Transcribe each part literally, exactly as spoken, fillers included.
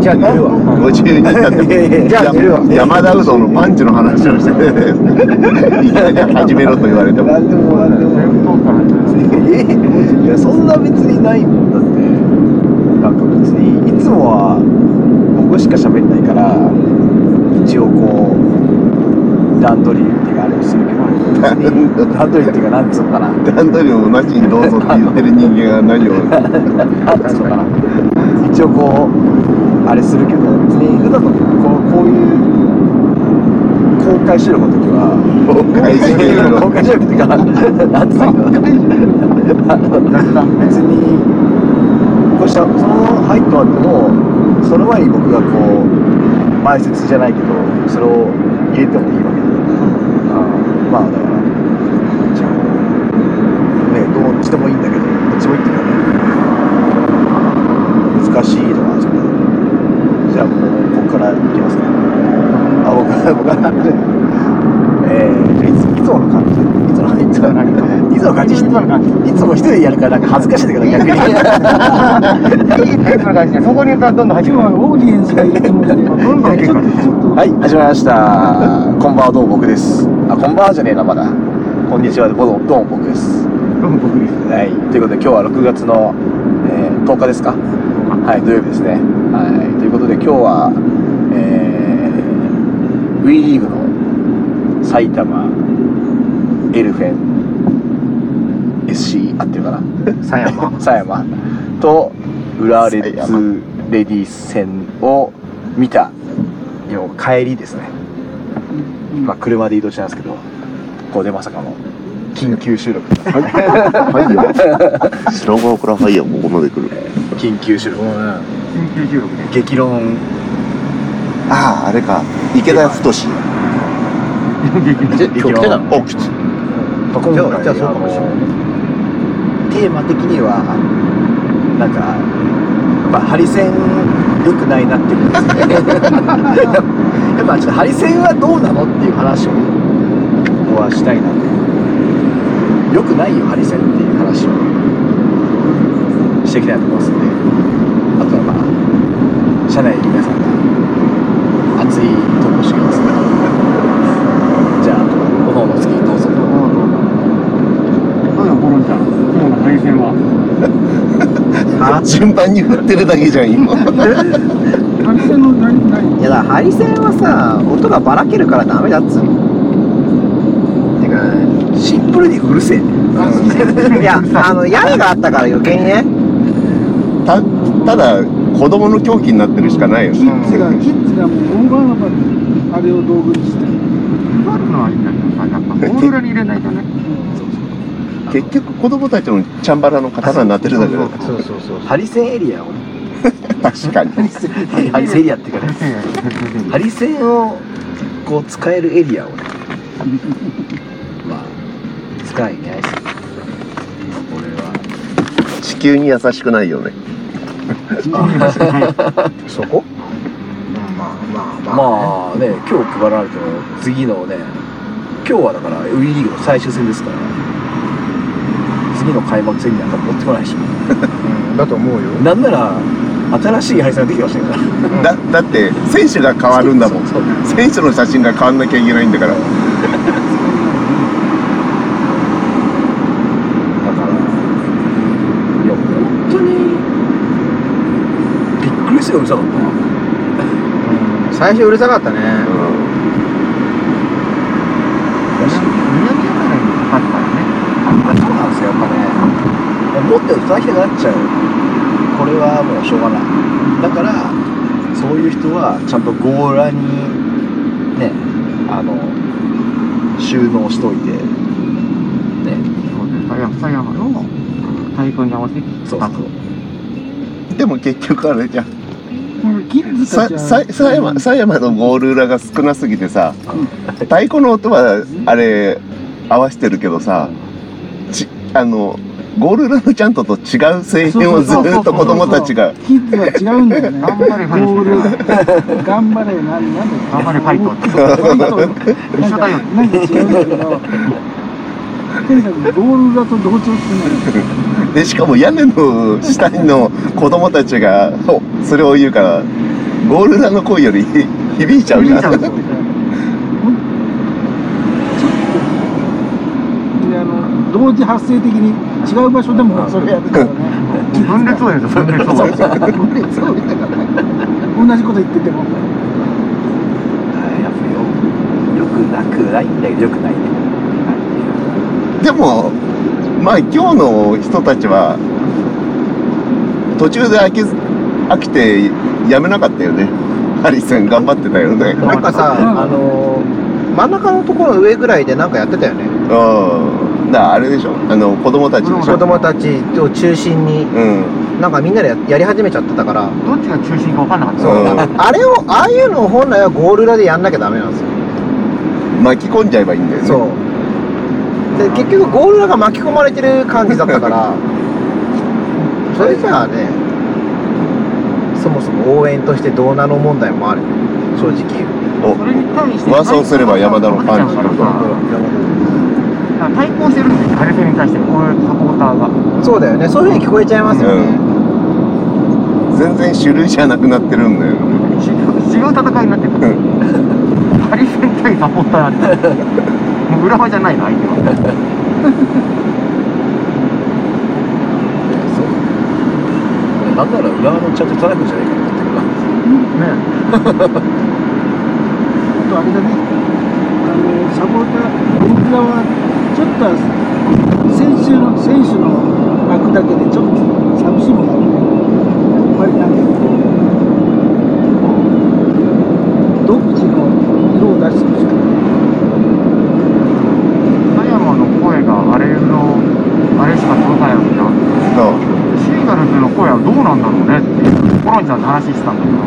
じゃあ寝るわ。 ごじゅうにだって。 じゃあ寝るわ。 山田うどんのパンチの話をしていきなり始めろと言われても。 なんでもなんでも。いやそんな別にないもんだって。なんか別にいつもは僕しか喋んないから一応こう段取りっていうかあれをするけど。段取りっていうかなんつうのかな。 段取りをなしにどうぞって言ってる人間が何を。 なんつうのかな。一応こうあれするけど別に普段のこうこういう公開収録の時は公開収録公開収録っていうかなんつうの別にこうしたその入ってもらってもその前に僕がこう前説じゃないけどそれを入れてもいいわけで、まあだからじゃあねどっちでもいいんだけどどっちもいいっていうかね難しいのはちょっとじゃあもうここからいきますね。あ僕は僕はえー、いついつもの感じいつもいつものいつもの感じいつも一人でやるからなんか恥ずかしいんだけど逆にいいつもの感じでそこに言ったらどんどん入ってくる。今日はオーディエンスがいつもどんどん結構はい始まりました。こんばんはどうも僕です。あこんばんはじゃねえなまだこんにちはどうもどうも僕です。どうも僕です。はいということで今日はろくがつの、えー、とおかですか。はい土曜日ですね。はいということで今日は、えー、WE リーグの埼玉エルフェン エスシー 合ってるかな狭山狭山と浦和レッズレディース戦を見た帰りですね。まあ車で移動してますけどここでまさかの緊急収録ファイヤー白川からファイヤーもここまで来る緊急収録緊急収録ね激論あああれか池田太志今日来てたの？ お来て今回じゃあそうかもしれない。テーマ的にはなんかやっぱハリセン良くないなっていうやっぱちょっとハリセンはどうなのっていう話をここはしたいなって良くないよハリセンっていう話をしていきたいと思いますのであとはまあ社内に皆さんが熱い投稿してきますのでじゃあ、おのおの次どうぞ。どうぞ。どうよ、ボロンちゃん。今日の配線は。 順番に振ってるだけじゃん、今。 ハリセンの何何いや、だからハリセンはさ、音がばらけるからダメだっつうの。てか、シンプルにうるせえ。いや、あの、屋根があったから余計にね。 た、ただ、子供の狂気になってるしかないよね。 キッズが、キッズがもうオーバーバーあれを道具にして。あるのはいいんだけどさ、やっぱゴール裏に入れないとね。 結局子供たちのチャンバラの刀になってるだけだから。 そうそうそう。ハリセンエリアを。 確かに。 ハリセンエリアっていうかね。ハリセンをこう使えるエリアをね。まあ使いね。これは地球に優しくないよね。 そこ？まあね、今日配られても次のね今日はだから WE リーグの最終戦ですから次の開幕戦には持ってこないでしょ、うん、だと思うよ。なんなら新しいハリセンができてましたからだ, だって選手が変わるんだもん。そうそうそう選手の写真が変わんなきゃいけないんだからだからいや本当にびっくりするようるさかったな。最初うるさかったね。うん。 南山台にかかったからね。 あ、そうなんですよ、やっぱね。もっと伝えたくなっちゃう。これはもうしょうがない。だから、そういう人はちゃんとゴーラにね、あの、収納しといて、ね。 そうね、狭山の太鼓に合わせて。 そうそう。 でも結局あれじゃん。 さ狭山狭山のゴール裏が少なすぎてさ、太鼓の音はあれ合わせてるけどさ、ちあのゴール裏のちゃんとと違う声援をずっと子供たちがキッズは違うんだよね。頑張れファイト頑張れなんなんだ頑張れファイト一緒だよ。なんか違うんだけどとにかくゴール裏と同調してないでしかも屋根の下の子供たちがそれを言うからゴールラの声より響いちゃうじゃん。 ちょっとであの同時発生的に違う場所でもそれやるからね。 分裂音ですよ、分裂音。 分裂音みたいなね。同じこと言ってても。 やっぱよよくなくないんだけどよくないね。 でもまあ今日の人たちは途中で飽き飽きてやめなかったよね。ハリセン頑張ってたよね。 なんかさ、あのー、真ん中のところの上ぐらいでなんかやってたよね。 うん。だからあれでしょ。あの子供たちでしょ。 子供たちを中心に、 うん。 なんかみんなで や, やり始めちゃってたから。 どっちが中心か分かんなかった。 そう。 あれをああいうのを本来はゴール裏でやんなきゃダメなんですよ。 巻き込んじゃえばいいんだよね。 そう。で結局ゴール裏が巻き込まれてる感じだったから。それじゃあね。そもそも応援としてどうなの問題もある。正直言う。 おそれに対して噂をすれば山田のパンチだから対抗してるんですよ、ハリセンに対してこういうサポーターが。 そうだよね、そういうふうに聞こえちゃいますよね、 うん、全然種類じゃなくなってるんだよね。 違う違う戦いになってるハリセン対サポーターなんてもう浦和じゃないの、相手は。 そうなんなら浦和のチャージトライブじゃないかなってねあとあれだね、あのサポーター、僕らはちょっとは選手の選手の枠だけでちょっと寂しいものあるね。やっぱりなんかこう独自の色を出してほしくて。 佐山の声があれのあれしか届かないわけじゃん。 そうシーガルズの声はどうなんだろうねっていうコロンちゃんと話してたんだけど、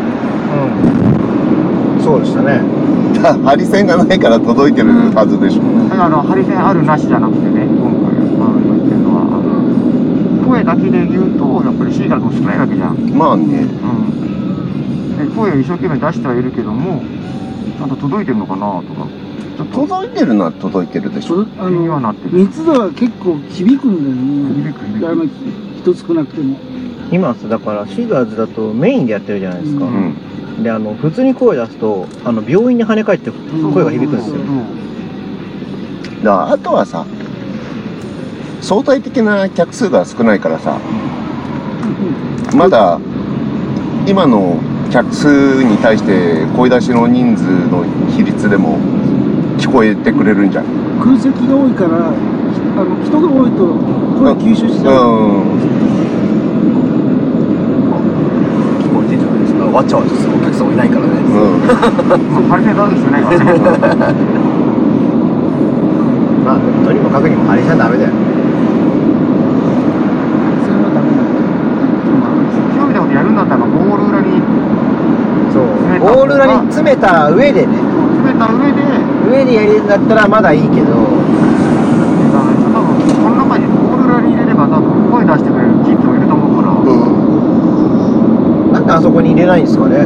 うん、そうでしたね。 ハリセンがないから届いてるはずでしょ。 だからあのハリセンあるなしじゃなくてね、今回あの言ってるのはあの声だけで言うとやっぱりシーガルズも少ないわけじゃん。 まあね。 うん、で声を一生懸命出してはいるけどもちゃんと届いてるのかなとかちょっと届いてるのは届いてるでしょ。 あ気にはなのってる。 密度は結構響くんだよね。 響く響くあの人少なくても。 今だからシーガーズだとメインでやってるじゃないですか、 ううんであの普通に声出すとあの病院に跳ね返って声が響くんですよ、 だからあとはさ相対的な客数が少ないからさまだ今の客数に対して声出しの人数の比率でも聞こえてくれるんじゃん。 空席が多いから、あの人が多いと声吸収しちゃう。 うん聞こえてんじゃないですか。わちゃわちゃするお客さんもいないからね。 うんハリセンだけしかないからね。 まあとにもかくにもハリセンダメだよ。 それはダメだ。 今日みたいなことやるんだったらゴール裏にそうゴール裏に詰めた上でね詰めた上で上でやるんだったらまだいいけど、 多分この中にゴール裏に入れれば多分声出してくれるキッズもいると思うから、 なんであそこに入れないんですかね。 ど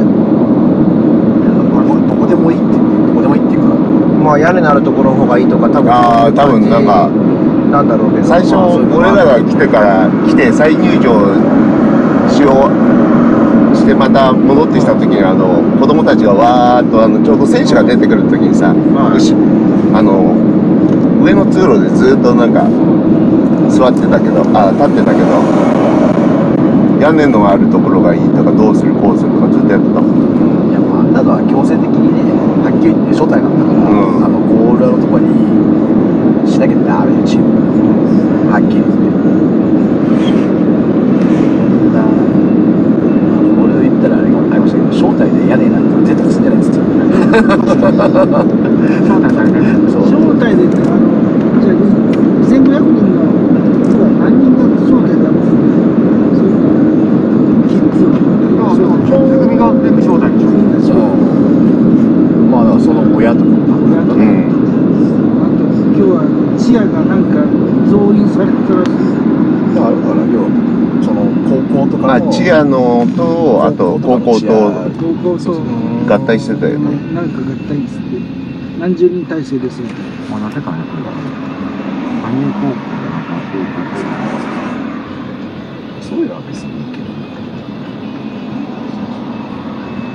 こでもいいってどこでもいいっていうか、 まあ屋根のあるところの方がいいとか多分ああ多分なんかなんだろうけど、 最初まあそういう俺らが来てから来て再入場しようしてまた戻ってきた時にあの子供たちがわーっとあのちょうど選手が出てくる時にさ、 はいうしあの上の通路でずっとなんか座ってたけどあ立ってたけど屋根のあるところがいいとかどうするこうするとかずっとやってたもん。 いやまああんなのは強制的にねはっきり言って正体なんだから、 うんあのゴール裏のところにしなきゃダメよチームはっきり言って。俺を言ったらあれがありましたけど正体で屋根なんて絶対積んでないっつって招待されてる。 そう招待であのじゃあにせんごひゃくにんの人は何人が招待だろう。そういうキッズ要はでもキッズ組が全部招待でしょ。 みんな招そうまあだからその親とかも待とか、 うんあと今日はチアがなんか増員されてたらしい。 だからあれ要はその高校とかのまあチアノとあと高校と高校と合体してたよね。 なんか合体っつって何十人体制ですよ。 まあやってたねこれは。アニメ高校でなんかそういう感じ。 そういうのは別にいいけど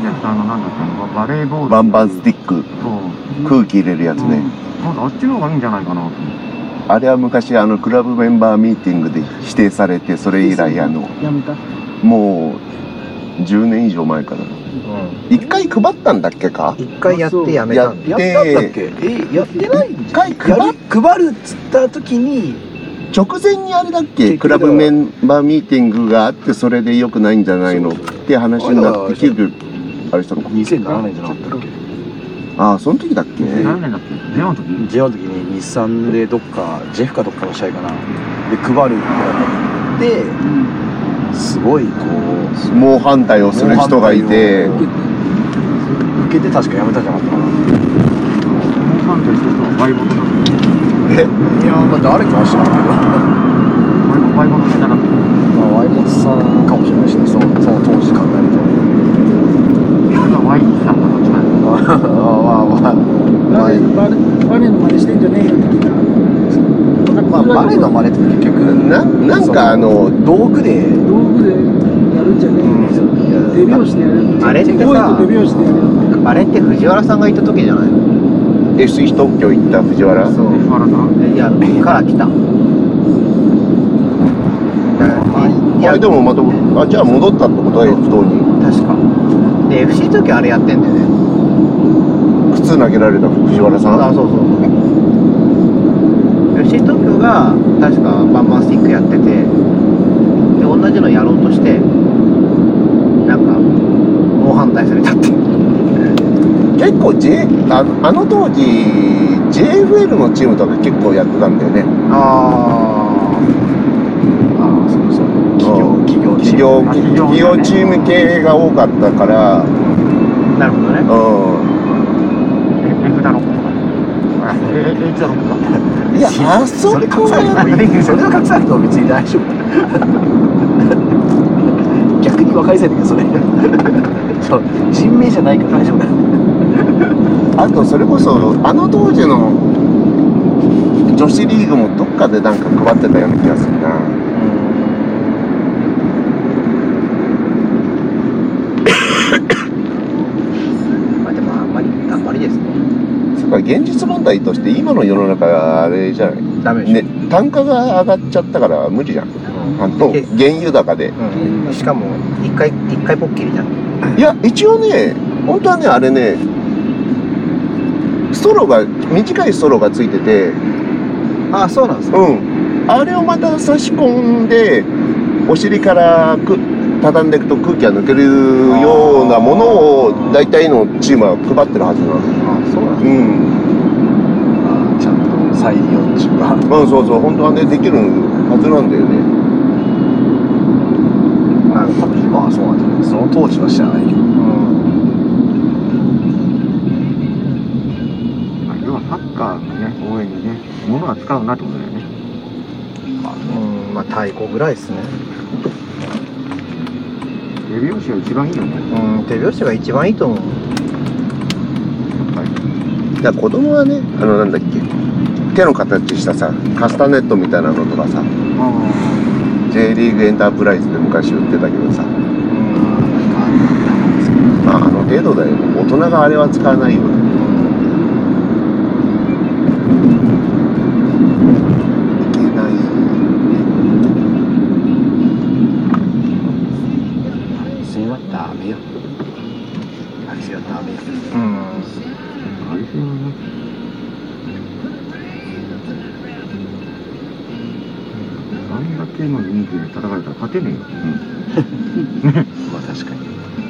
やつあのなんだっけなバレーボールバンバンスティック、 そう空気入れるやつね。 なんかあっちの方がいいんじゃないかなと思って。 あれは昔あのクラブメンバーミーティングで指定されて、それ以来あのやめた。 もうじゅうねん以上前かな。一回配ったんだっけか。 一回やってやめたんだ。 やったんだっけ？え、やってないんじゃん。 一回配っやる配るっつった時に直前にあれだっけ、クラブメンバーミーティングがあって、それで良くないんじゃないのって話になって結局あれしたのか。 にせんななねんじゃなかったっけ？ ああ、その時だっけ。 何年だっけ？ゼロの時？ ジェイワンの時に日産でどっかジェフかどっかの試合かなで配るってなってすごいこう猛反対をする人がいて、 受けて確かやめたじゃなかったかな。 もう反対してる人はワイボトだった。 え、いやー、誰かは知らんけどワイボトじゃなくて、 まあワイモトさんかもしれないしね、そのその当時考えるとそれがワイさんがどっちか。 ああまあまあバレバレバレの真似してんじゃねえよ的な。 まあバレエの真似って結局ななんかあの道具で道具でやるんじゃねえよ。手拍子でやる。 あれってさ声と手拍子でやる。 あれって藤原さんがいた時じゃないの？ エス 特許行った藤原。 そう藤原さん。 いやから来た。いやあれでもまた、あ、じゃあ戻ったってことは F 党に。 確かで エフシー 時あれやってんだよね。 靴投げられた藤原さん。 あ、そうそうそう。エフシー 東京が確かバンバンスティックやってて、で同じのやろうとしてなんか猛反対されたって。 結構 J あの、あの当時 ジェイエフエル のチームとか結構やってたんだよね。 あああそうそう企業企業企業あ企業企業チーム系が多かったから、 あ、なるほどね。 うエフだろ。あ、え、え、Hだろか。 ん。いや、あそそれこ隠されてもいいそれを隠されても別に大丈夫逆に分かりづらいんだけどそれそう人名じゃないから大丈夫だあとそれこそあの当時の女子リーグもどっかでなんか配ってたような気がするな。 まあでもあんまりあんまりですね。 それから現実問題として今の世の中はあれじゃない、 ダメでしょ。 ね、単価が上がっちゃったから無理じゃん。あのえ原油高で。 うん、しかも一回一回ぽっきりじゃん。 いや一応ね、本当はねあれね、ストローが短いストローがついてて、 ああ、そうなんですか。 うん、あれをまた差し込んでお尻からく畳んでいくと空気が抜けるようなものを大体のチームは配ってるはずなの。 ああ、そうなんうですか。 ん、 ちゃんと再利用中はうん、そうそう、本当はねできるはずなんだよね。 まあ多分今はそうなんじゃないその当時は知らないけどまあ要はサッカーのね、応援にね、物は使うなってことだよね。 うん、まあ太鼓ぐらいですね。 手拍子が一番いいよね。 うん、手拍子が一番いいと思う。 やっぱり。 だから子供はね、あのなんだっけ、手の形したさカスタネットみたいなのとかさ、 あ J リーグエンタープライズで昔売ってたけどさ、まああの程度だよ。大人があれは使わないよ。いけない。 それはダメよあれはダメようん。 あ、あれですよね。あんだけの人数で戦えたら勝てねえよ。 まあ確かに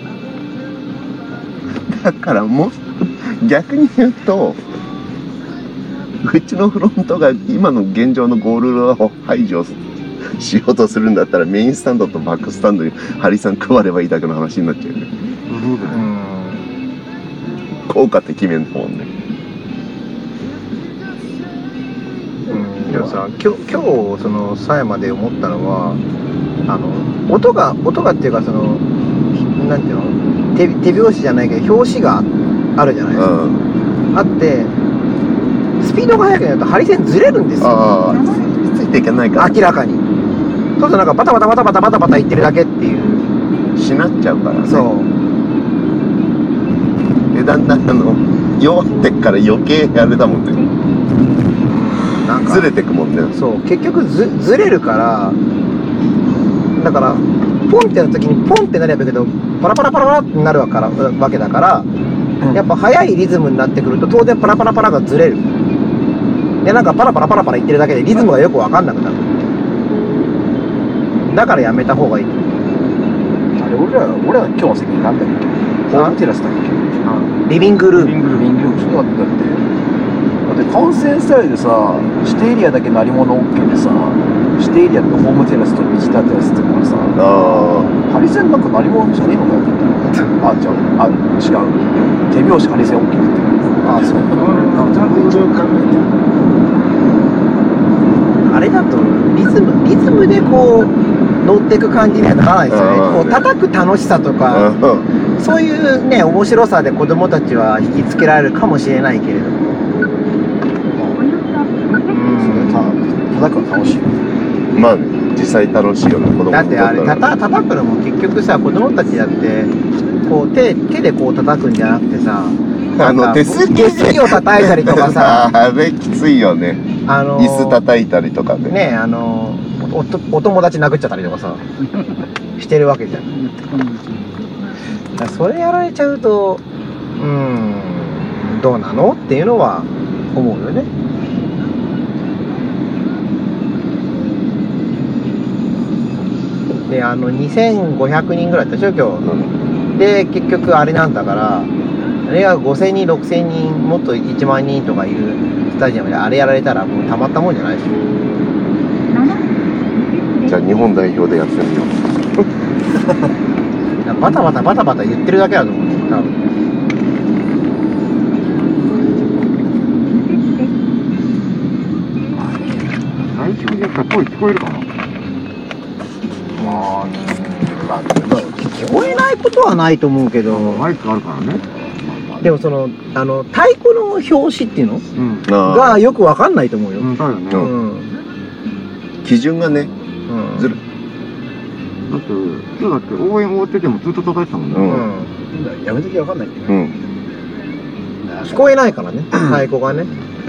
だからもう逆に言うと、うちのフロントが今の現状のゴールラを排除しようとするんだったら、メインスタンドとバックスタンドにハリさん配ればいいだけの話になっちゃうよね。 そうだよ。 うん。 効果って決めんだもんね。 うん、でもさ、今日今日その狭山で思ったのは、あの音が音がっていうかそのなんていうの手手拍子じゃないけど拍子があるじゃないですか。 うん。 あってスピードが速くなるとハリセンずれるんですよ。 ああ、ついていけないから明らかに。そうするとなんかバタバタバタバタバタバタ言ってるだけっていう。 しなっちゃうからね。 そう。 だんだんあの弱ってっから余計あれだもんね。 なんかずれてくもんね。 そう結局ずずれるからだからポンってやるときにポンってなればいいけどパラパラパラパラってなるわからわけだから、うん、やっぱ速いリズムになってくると当然パラパラパラがずれるでなんかパラパラパラパラ言ってるだけでリズムがよくわかんなくなるだからやめた方がいい。 あれ俺ら俺ら今日の席なんだっけホームテラスだっけリビングルームリビングルームそうだってだって観戦スタイルでさ指定エリアだけ鳴り物 OK でさ指定エリアとホームテラスとビジターテラスってからさあハリセンなんか鳴り物じゃねえのかよみたいなあじゃああ違う手拍子ハリセン OK って言ってるあそうちゃんといろいろ考えてあれだとリズムリズムでこう乗っていく感じにはならないですよね。 うんこう叩く楽しさとか、 あ、 そういうね面白さで子供たちは引きつけられるかもしれないけれども、 叩くの楽しいまあ実際楽しいよね子供だってあれだったらたた叩くのも結局さ子供たちだってこう手手でこう叩くんじゃなくてさ、 あの手すり手すりを叩いたりとかさあれきついよね。 あの椅子叩いたりとかね。 ねあのおとお友達殴っちゃったりとかさしてるわけじゃん。だからそれやられちゃうとうーんどうなのっていうのは思うよね。であのにせんごひゃくにんぐらいだったでしょ今日、 うん、 で結局あれなんだからあれがごせんにんろくせんにんもっといちまんにんとかいるスタジアムであれやられたらもうたまったもんじゃないでしょ。 じゃあ日本代表でやってみよう。 バタバタバタバタ言ってるだけだと思う多分。 代表でやったら声聞こえるかな。 まあ、まあ、 聞こえないことはないと思うけど、 マイクあるからね。 でもそのあの太鼓の表紙っていうのうん。 あがよくわかんないと思うよ。 うん、だよね。 ううんん。 基準がねうん。 ずる。 だって、今日だって応援終わっててもずっと叩いてたもんね。 ううんん。 やめときわかんないんだよね。 うん。 聞こえないからね、太鼓がね。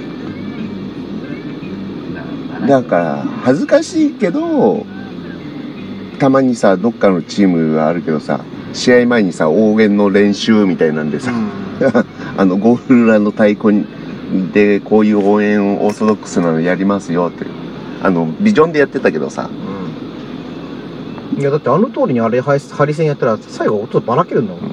だから恥ずかしいけどたまにさどっかのチームがあるけどさ試合前にさ応援の練習みたいなんでさ、あのゴール裏の太鼓にでこういう応援オーソドックスなのやりますよってあのビジョンでやってたけどさ、 いやだってあの通りにあれハリハリセンやったら最後音ばらけるんだもん、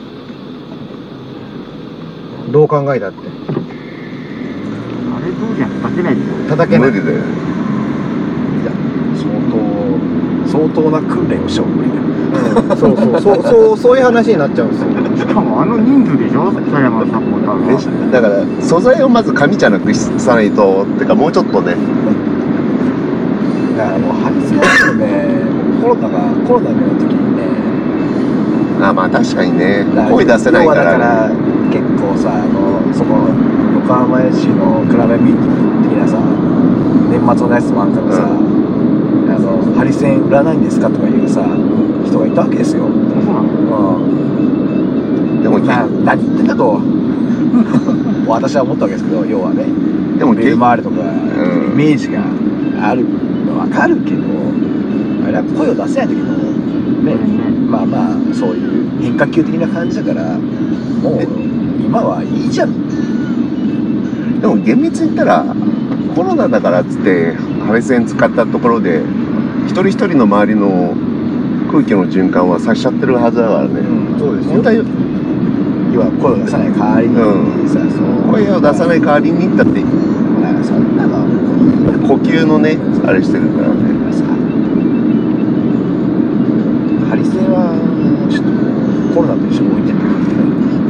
うん、どう考えたってあれどうじゃ叩けないでしょ。 叩けない無理だよ。 いや、相当、相当な訓練をした方がいいね。 うん、そうそうそうそうそういう話になっちゃうんですよ。 しかもあの人数でしょ、佐山のサポーターが。 だから素材をまず紙じゃなくさないとってかもうちょっとね。 いや、もうハリセンはね、コロナがコロナの時にね、 あまあ確かにね声出せないか要はだからら。 結構さ、あのそこ横浜市のクラブミーティング的なさ、年末のやつもあるからさ、 うあのハリセン売らないんですかとかいうさ人がいたわけですよ。 そうなの。 うんでもな何言ってんだと私は思ったわけですけど、要はねでもベルマーレとか、 んイメージがあるの分かるけど、あれは声を出せない時のね、まあまあそういう変化球的な感じだからもう今はいいじゃん。 でも厳密に言ったらコロナだからっつってハリセン使ったところで一人一人の周りの空気の循環はさしちゃってるはずだからね、 うん、そうですよ。 本当は要は声を出さない代わりにさ、 うんそう声を出さない代わりにだってなんかそんなの呼吸のねあれしてるからね。 さ、ハリセンはちょっとコロナと一緒に置いてってくれて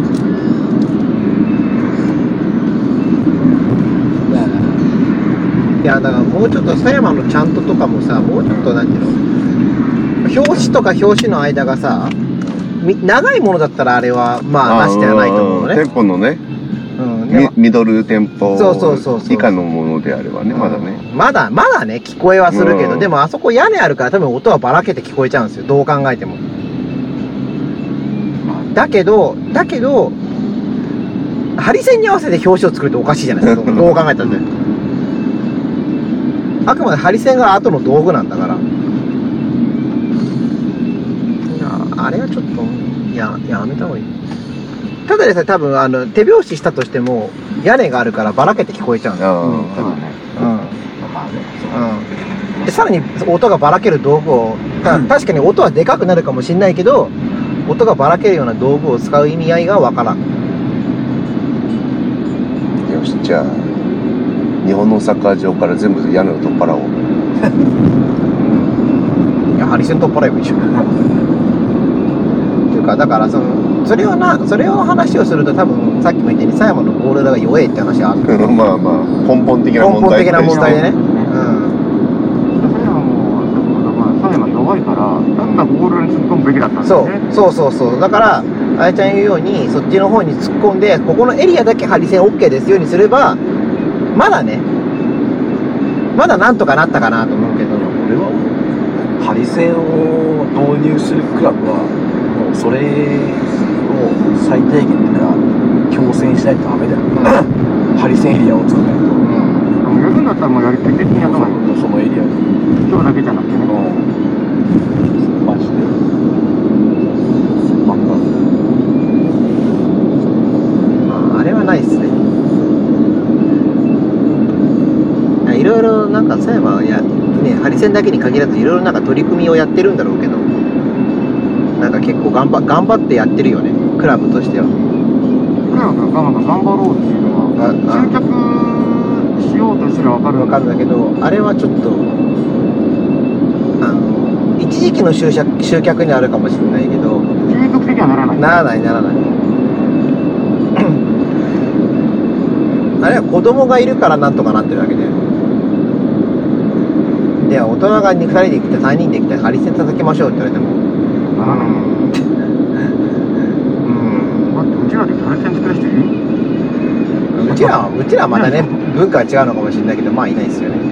いやだからもうちょっと狭山のちゃんととかもさ、もうちょっとなんていうの、表紙とか表紙の間がさみ長いものだったらあれはまあなしではないと思うのね。 店舗のね、 うん、でもミミドル店舗そうそうそうそう以下のものであればねまだね、 うんまだまだね聞こえはするけど、 うんでもあそこ屋根あるから多分音はばらけて聞こえちゃうんですよ、どう考えても。だけどだけどハリセンに合わせて表紙を作るっておかしいじゃないですか。どう考えたってあくまでハリセンが後の道具なんだから。いやあれはちょっとややめた方がいい。ただでさえ多分あの手拍子したとしても屋根があるからばらけて聞こえちゃうんだよ。 あそうだね。 うんまあねうん、でさらに音がばらける道具をた確かに音はでかくなるかもしれないけど音がばらけるような道具を使う意味合いがわからん。 よし、じゃあ日本のサッカー場から全部屋根を取っ払おう。 いやハリセン取っ払えばいいじゃんっていうかだからそのそれをなそれを話をすると多分さっきも言ったように狭山のゴールドが弱えって話がある。 まあまあ根本的な問題根本的な問題でね。うん。 それはもう、まあ、サイマ弱いから、だったらゴールに突っ込むべきだったんだよね。 そうそうそうそうだからあやちゃん言うようにそっちの方に突っ込んでここのエリアだけハリセン OK ですようにすればまだねまだなんとかなったかなと思うけど。 俺はもうハリセンを導入するクラブはもうそれを最低限では強制しないとダメだよハリセンエリアを作らないと。 でもやるんだったらもうやりきってやった方がいい。 そのエリアに今日だけじゃなくてね。 マジでバカまあ、あれはないっすね。いろいろなんか狭山はやねハリセンだけに限らずいろいろなんか取り組みをやってるんだろうけどなんか結構頑張頑張ってやってるよねクラブとしては。 クラブが頑張ろうっていうのはあ集客しようとしてるのは分かるわかるんだけどあれはちょっとあの一時期の集客集客にはあるかもしれないけど継続的にはならない。 ならないならないあれは子供がいるからなんとかなってるわけでで大人がふたりで来てさんにんで来てハリセン叩きましょうって言われてもならない。 うんだってうちらでハリセン作る人いる？ うちらはうちらはまたね文化は違うのかもしれないけどまあいないですよね。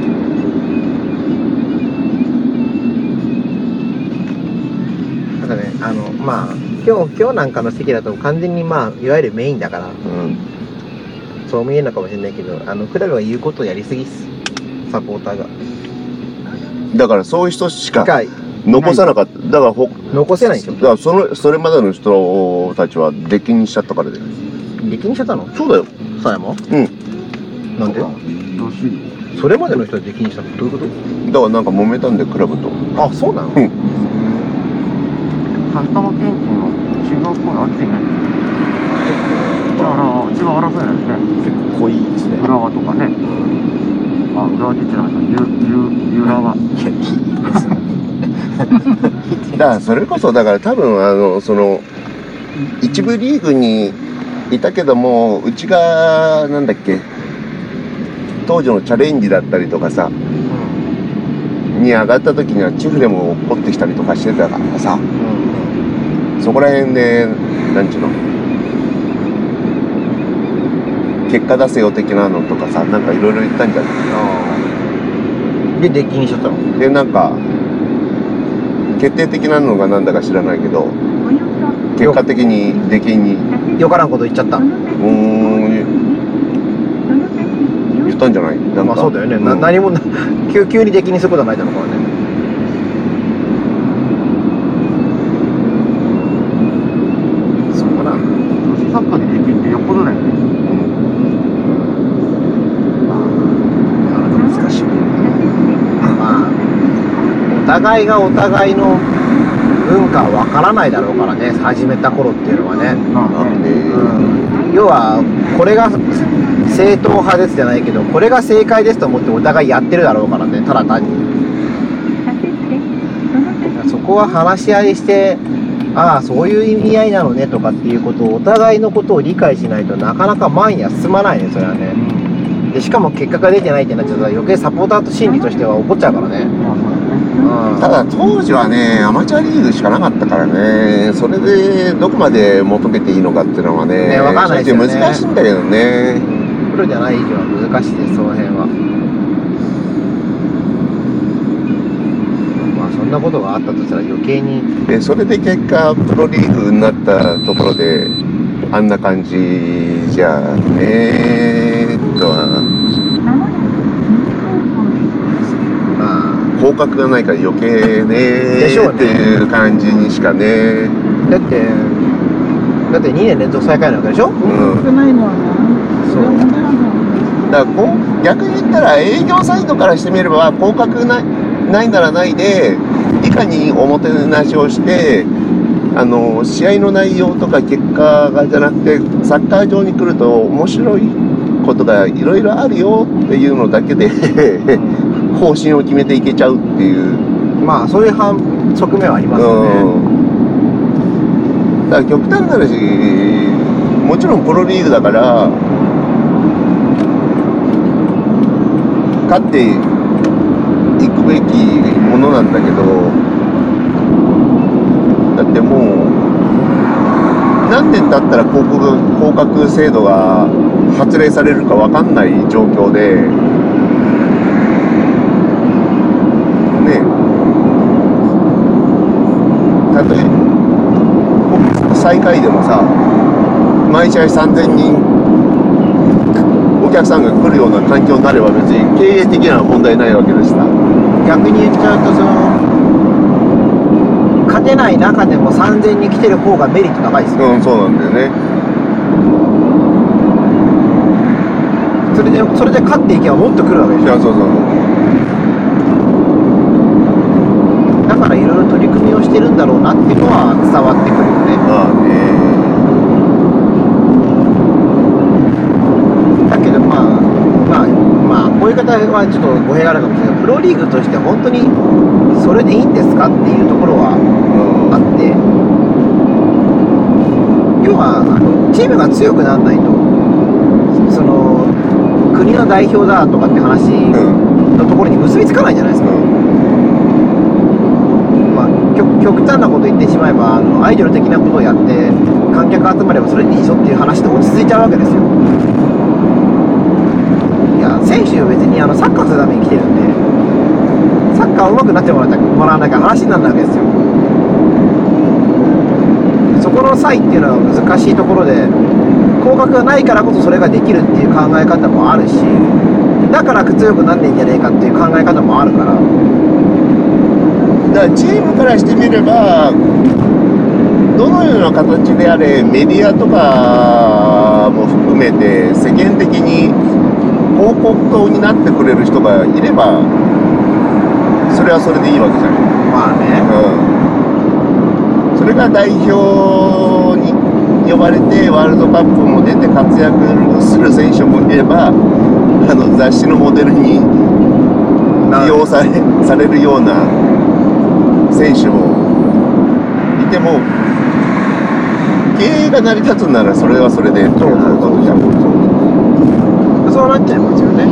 ただねあのまあ今日今日なんかの席だと完全にまあいわゆるメインだからうんそう見えるのかもしれないけどあのクラブは言うことをやりすぎっすサポーターがだからそういう人しかが残さなかった。だからほ残せないでしょ。 だからそのそれまでの人たちは出禁にしちゃったからだよ。 出禁にしちゃったのそうだよ。 狭山うん。 なんでどうしよう。 それまでの人は出禁にしたのどういうこだからなんか揉めたんでクラブと。 とあそうなのうん埼玉県警の違う声あってね。だからうちが争えないですね。 結構濃いですね浦和とかね。あ、浦和って言ってなかった。ゆゆ浦和。 いやいいですねだからそれこそだから多分あのその一部リーグにいたけどもうちがなんだっけ当時のチャレンジだったりとかさに上がった時にはチフレも落っこってきたりとかしてたからさそこら辺でなんちゅうの結果出せよ的なのとかさなんかいろいろ言ったんじゃないで出禁にしちゃったのでなんか決定的なのがなんだか知らないけど結果的に出禁によからんこと言っちゃったうーん言ったんじゃないなんかまあそうだよね、なうん何もな急急に出禁にすることはないだろうからねそうな女子サッカーでできるってよっぽどだよね。 難しいまあお互いがお互いの文化は分からないだろうからね始めた頃っていうのはね、 まあね。 うん、要はこれが正統派ですじゃないけどこれが正解ですと思ってお互いやってるだろうからねただ単にそこは話し合いしてああそういう意味合いなのねとかっていうことをお互いのことを理解しないとなかなか前には進まないねそれはねでしかも結果が出てないってなっちゃうと余計サポーターと心理としては怒っちゃうからね、 まあそうだね。 うん、 ただ当時はねアマチュアリーグしかなかったからねそれでどこまで求めていいのかっていうのはねねわかんないですよね正直難しいんだけどねプロじゃない以上は難しいですその辺はまあそんなことがあったとしたら余計にでそれで結果プロリーグになったところであんな感じじゃねとはま広角がないから余計ねでしょうねっていう感じにしかね。 あだってだってにねん連続最下位なわけでしょ。 うん少ないのはな、それは問題なんだよ。 だからこう逆に言ったら営業サイドからしてみれば広角ないないならないでいかにおもてなしをしてあの試合の内容とか結果がじゃなくてサッカー場に来ると面白いことがいろいろあるよっていうのだけで方針を決めていけちゃうっていう、 まあそういう反側面はありますよね。 うん、だから極端な話もちろんプロリーグだから勝っていくべきものなんだけど、だってもう何年経ったら広告広角制度が発令されるか分かんない状況でね、たとえ最下位でもさ毎試合さんぜんにんお客さんが来るような環境になれば別に経営的には問題ないわけでした。 逆に言っちゃうとその勝てない中でもさんぜんにん来てる方がメリット高いですよ。 うん、そうなんだよね。 それでそれで勝っていけばもっと来るわけでしょ。 いや、そうそう。 だからいろいろ取り組みをしてるんだろうなっていうのは伝わってくるよね。 まあね。 だけどまあまあまあこういう方はちょっと語弊があるかもしれないけど、プロリーグとして本当にそれでいいんですかっていうところはあって、要はあのチームが強くならないとその国の代表だとかって話のところに結びつかないじゃないですか。まあ、極, 極端なこと言ってしまえばあのアイドル的なことをやって観客集まればそれでいいでしょっていう話で落ち着いちゃうわけですよ。いや選手は別にあのサッカーするために来てるんでサッカー上手くなってもらわなきゃ話になるわけですよ。そこの差異っていうのは難しいところで広角がないからこそそれができるっていう考え方もあるし、だから強くなんねえんじゃねえかっていう考え方もあるから、 だからチームからしてみればどのような形であれメディアとかも含めて世間的に広告塔になってくれる人がいればそれはそれでいいわけじゃない。 まあね、 うん、それが代表に呼ばれてワールドカップも出て活躍する選手もいればあの雑誌のモデルに起用され、されるような選手もいても経営が成り立つならそれはそれでっていうことじゃん。 そうなっちゃいますよね。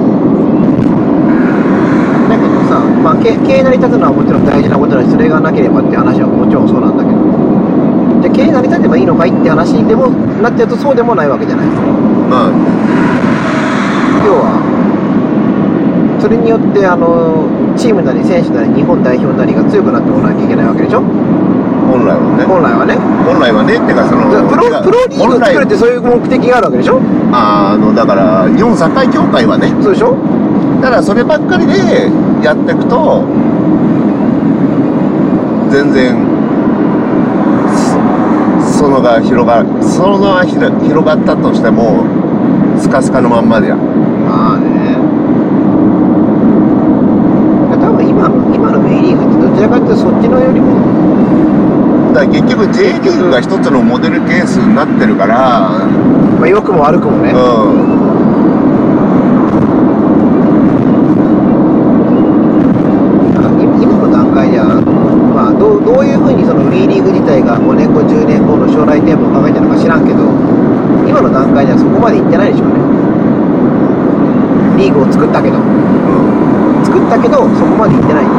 だけどさ、まあ、経営成り立つのはもちろん大事なことだしそれがなければっていう話はもちろんそうなんだけど、じゃあ経営成り立てばいいのかいって話でもなっちゃうとそうでもないわけじゃないですか。 まあ要はそれによってあのチームなり選手なり日本代表なりが強くなってもらわなきゃいけないわけでしょ。 本来はね本来はね本来はねってかそのプロプロリーグを作るってそういう目的があるわけでしょ。 あのだから日本サッカー協会はね、 そうでしょ。 だからそればっかりでやっていくと全然そのが広がそのが広がったとしてもスカスカのまんまでや。 まあね、多分今の今のメイリーグってどちらかというとそっちのよりもだから結局 J リーグが一つのモデルケースになってるから、 まあ良くも悪くもね、 うん今の段階では、まあ、どう、どういうふうにそのフリーリーグ自体がごねんごじゅうねんごの将来展望を考えてるのか知らんけど今の段階ではそこまでいってないでしょうね。リーグを作ったけど作ったけどそこまでいってないでしょ。